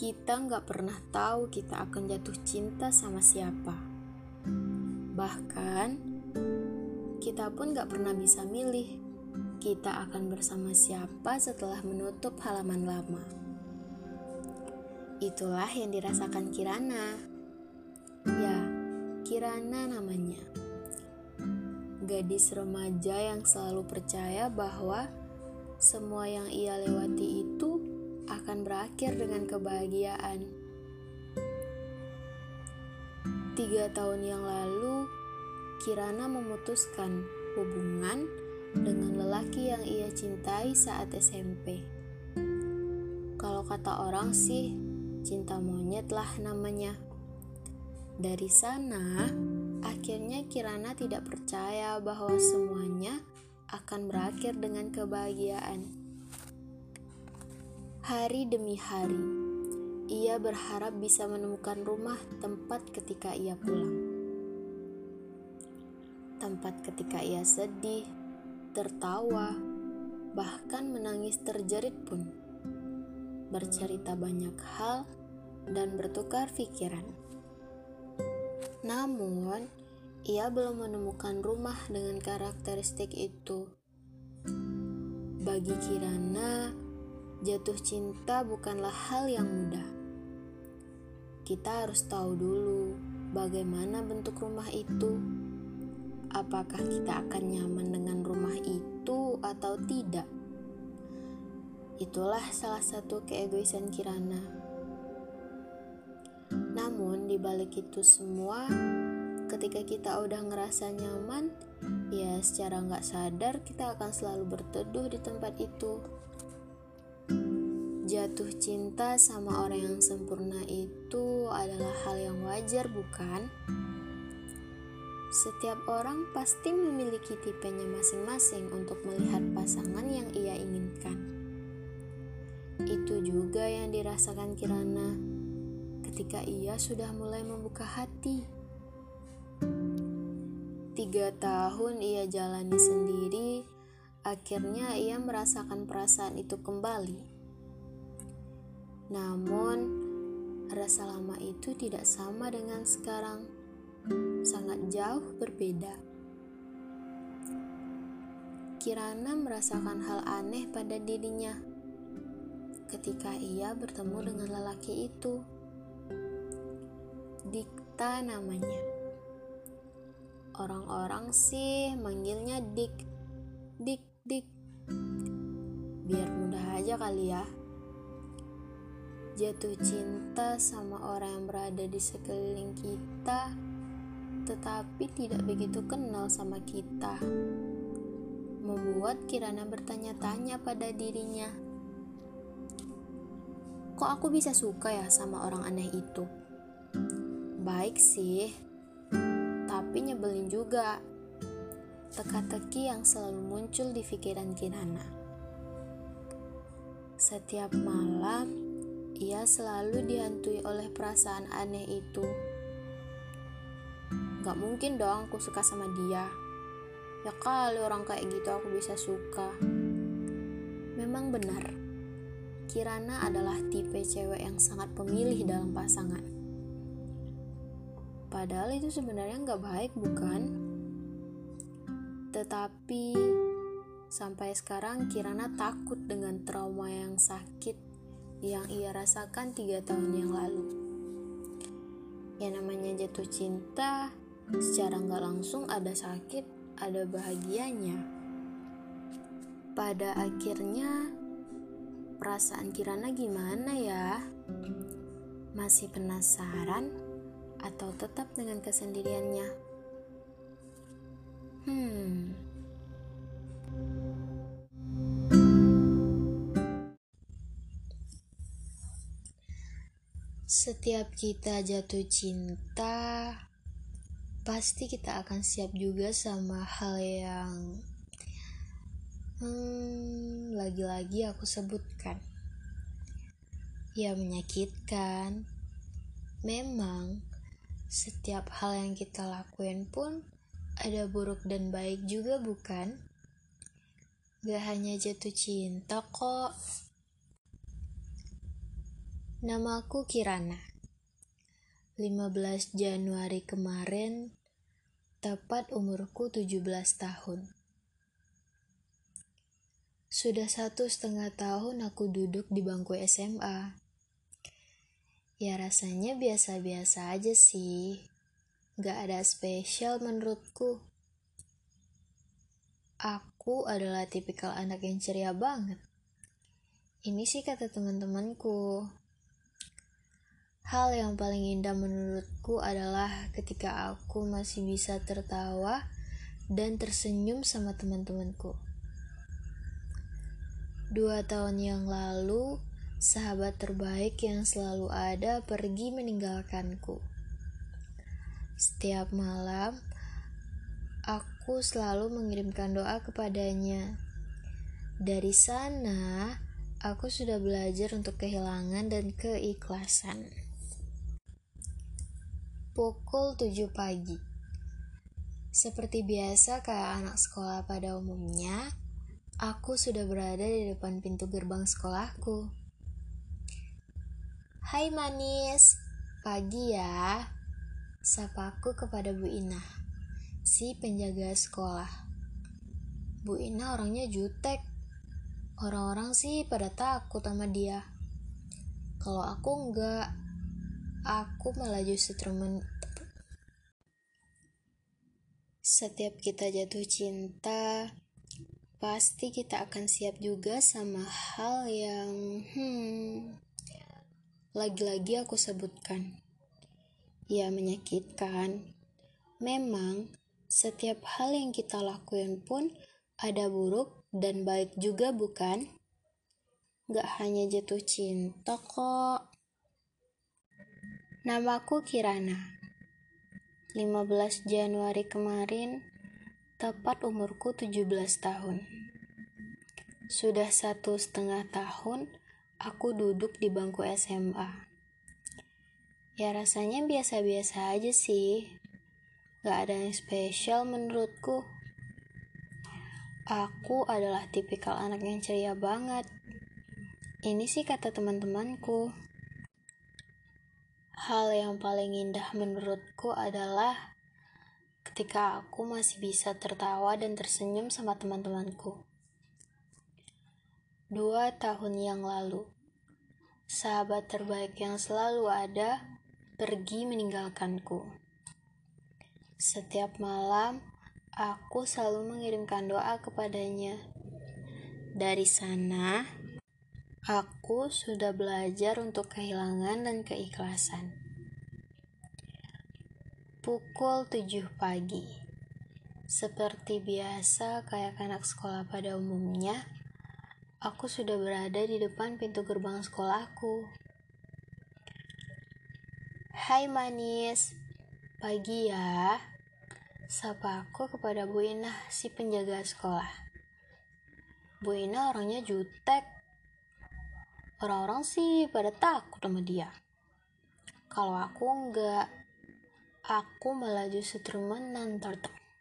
Kita nggak pernah tahu kita akan jatuh cinta sama siapa. Bahkan, kita pun nggak pernah bisa milih kita akan bersama siapa setelah menutup halaman lama. Itulah yang dirasakan Kirana. Ya, Kirana namanya. Gadis remaja yang selalu percaya bahwa semua yang ia lewati itu akan berakhir dengan kebahagiaan. 3 tahun yang lalu, Kirana memutuskan hubungan dengan lelaki yang ia cintai saat SMP. Kalau kata orang sih, cinta monyet lah namanya. Dari sana, akhirnya Kirana tidak percaya bahwa semuanya akan berakhir dengan kebahagiaan. Hari demi hari, ia berharap bisa menemukan rumah tempat ketika ia pulang. Tempat ketika ia sedih, tertawa, bahkan menangis terjerit pun. Bercerita banyak hal dan bertukar pikiran. Namun, ia belum menemukan rumah dengan karakteristik itu. Bagi Kirana, jatuh cinta bukanlah hal yang mudah. Kita harus tahu dulu bagaimana bentuk rumah itu. Apakah kita akan nyaman dengan rumah itu atau tidak? Itulah salah satu keegoisan Kirana. Namun di balik itu semua, ketika kita udah ngerasa nyaman, ya secara gak sadar kita akan selalu berteduh di tempat itu. Jatuh cinta sama orang yang sempurna itu adalah hal yang wajar, bukan? Setiap orang pasti memiliki tipenya masing-masing untuk melihat pasangan yang ia inginkan. Itu juga yang dirasakan Kirana ketika ia sudah mulai membuka hati. 3 tahun ia jalani sendiri, akhirnya ia merasakan perasaan itu kembali. Namun, rasa lama itu tidak sama dengan sekarang. Sangat jauh berbeda. Kirana merasakan hal aneh pada dirinya ketika ia bertemu dengan lelaki itu. Dikta namanya. Orang-orang sih manggilnya Dik. Dik. Biar mudah aja kali ya. Jatuh cinta sama orang yang berada di sekeliling kita, tetapi tidak begitu kenal sama kita, membuat Kirana bertanya-tanya pada dirinya, kok aku bisa suka ya sama orang aneh itu? Baik sih, tapi nyebelin juga. Teka-teki yang selalu muncul di pikiran Kirana. Setiap malam, ia selalu dihantui oleh perasaan aneh itu. Gak mungkin dong aku suka sama dia. Ya kali orang kayak gitu aku bisa suka. Memang benar, Kirana adalah tipe cewek yang sangat pemilih dalam pasangan. Padahal itu sebenarnya gak baik, bukan? Tetapi sampai sekarang Kirana takut dengan trauma yang sakit yang ia rasakan 3 tahun yang lalu. Yang namanya jatuh cinta, secara gak langsung ada sakit, ada bahagianya. Pada akhirnya, perasaan Kirana gimana ya? Masih penasaran atau tetap dengan kesendiriannya? Setiap kita jatuh cinta, pasti kita akan siap juga sama hal yang lagi-lagi aku sebutkan. Ya, menyakitkan. Memang setiap hal yang kita lakuin pun ada buruk dan baik juga, bukan? Gak hanya jatuh cinta kok. Namaku Kirana. 15 Januari kemarin, tepat umurku 17 tahun. Sudah 1,5 tahun aku duduk di bangku SMA. Ya rasanya biasa-biasa aja sih. Gak ada spesial menurutku. Aku adalah tipikal anak yang ceria banget. Ini sih kata teman-temanku. Hal yang paling indah menurutku adalah ketika aku masih bisa tertawa dan tersenyum sama teman-temanku. 2 tahun yang lalu, sahabat terbaik yang selalu ada pergi meninggalkanku. Setiap malam, aku selalu mengirimkan doa kepadanya. Dari sana, aku sudah belajar untuk kehilangan dan keikhlasan. Pukul 7 pagi. Seperti biasa kayak anak sekolah pada umumnya, aku sudah berada di depan pintu gerbang sekolahku. Hai manis, pagi ya. Sapaku kepada Bu Inah, si penjaga sekolah. Bu Inah orangnya jutek. Orang-orang sih pada takut sama dia. Kalau aku enggak, aku malah justru Setiap kita jatuh cinta, pasti kita akan siap juga sama hal yang lagi-lagi aku sebutkan. Ya menyakitkan. Memang setiap hal yang kita lakuin pun ada buruk dan baik juga bukan? Gak hanya jatuh cinta kok. Namaku Kirana. 15 Januari kemarin, tepat umurku 17 tahun. Sudah 1,5 tahun, aku duduk di bangku SMA. Ya rasanya biasa-biasa aja sih. Gak ada yang spesial menurutku. Aku adalah tipikal anak yang ceria banget. Ini sih kata teman-temanku. Hal yang paling indah menurutku adalah ketika aku masih bisa tertawa dan tersenyum sama teman-temanku. 2 tahun yang lalu, sahabat terbaik yang selalu ada pergi meninggalkanku. Setiap malam, aku selalu mengirimkan doa kepadanya. Dari sana, aku sudah belajar untuk kehilangan dan keikhlasan. Pukul 7 pagi. Seperti biasa kayak anak sekolah pada umumnya, aku sudah berada di depan pintu gerbang sekolahku. Hai manis, pagi ya. Sapa aku kepada Bu Inah, si penjaga sekolah. Bu Inah orangnya jutek. Orang-orang sih pada takut sama dia. Kalau aku enggak, aku malah justru menantang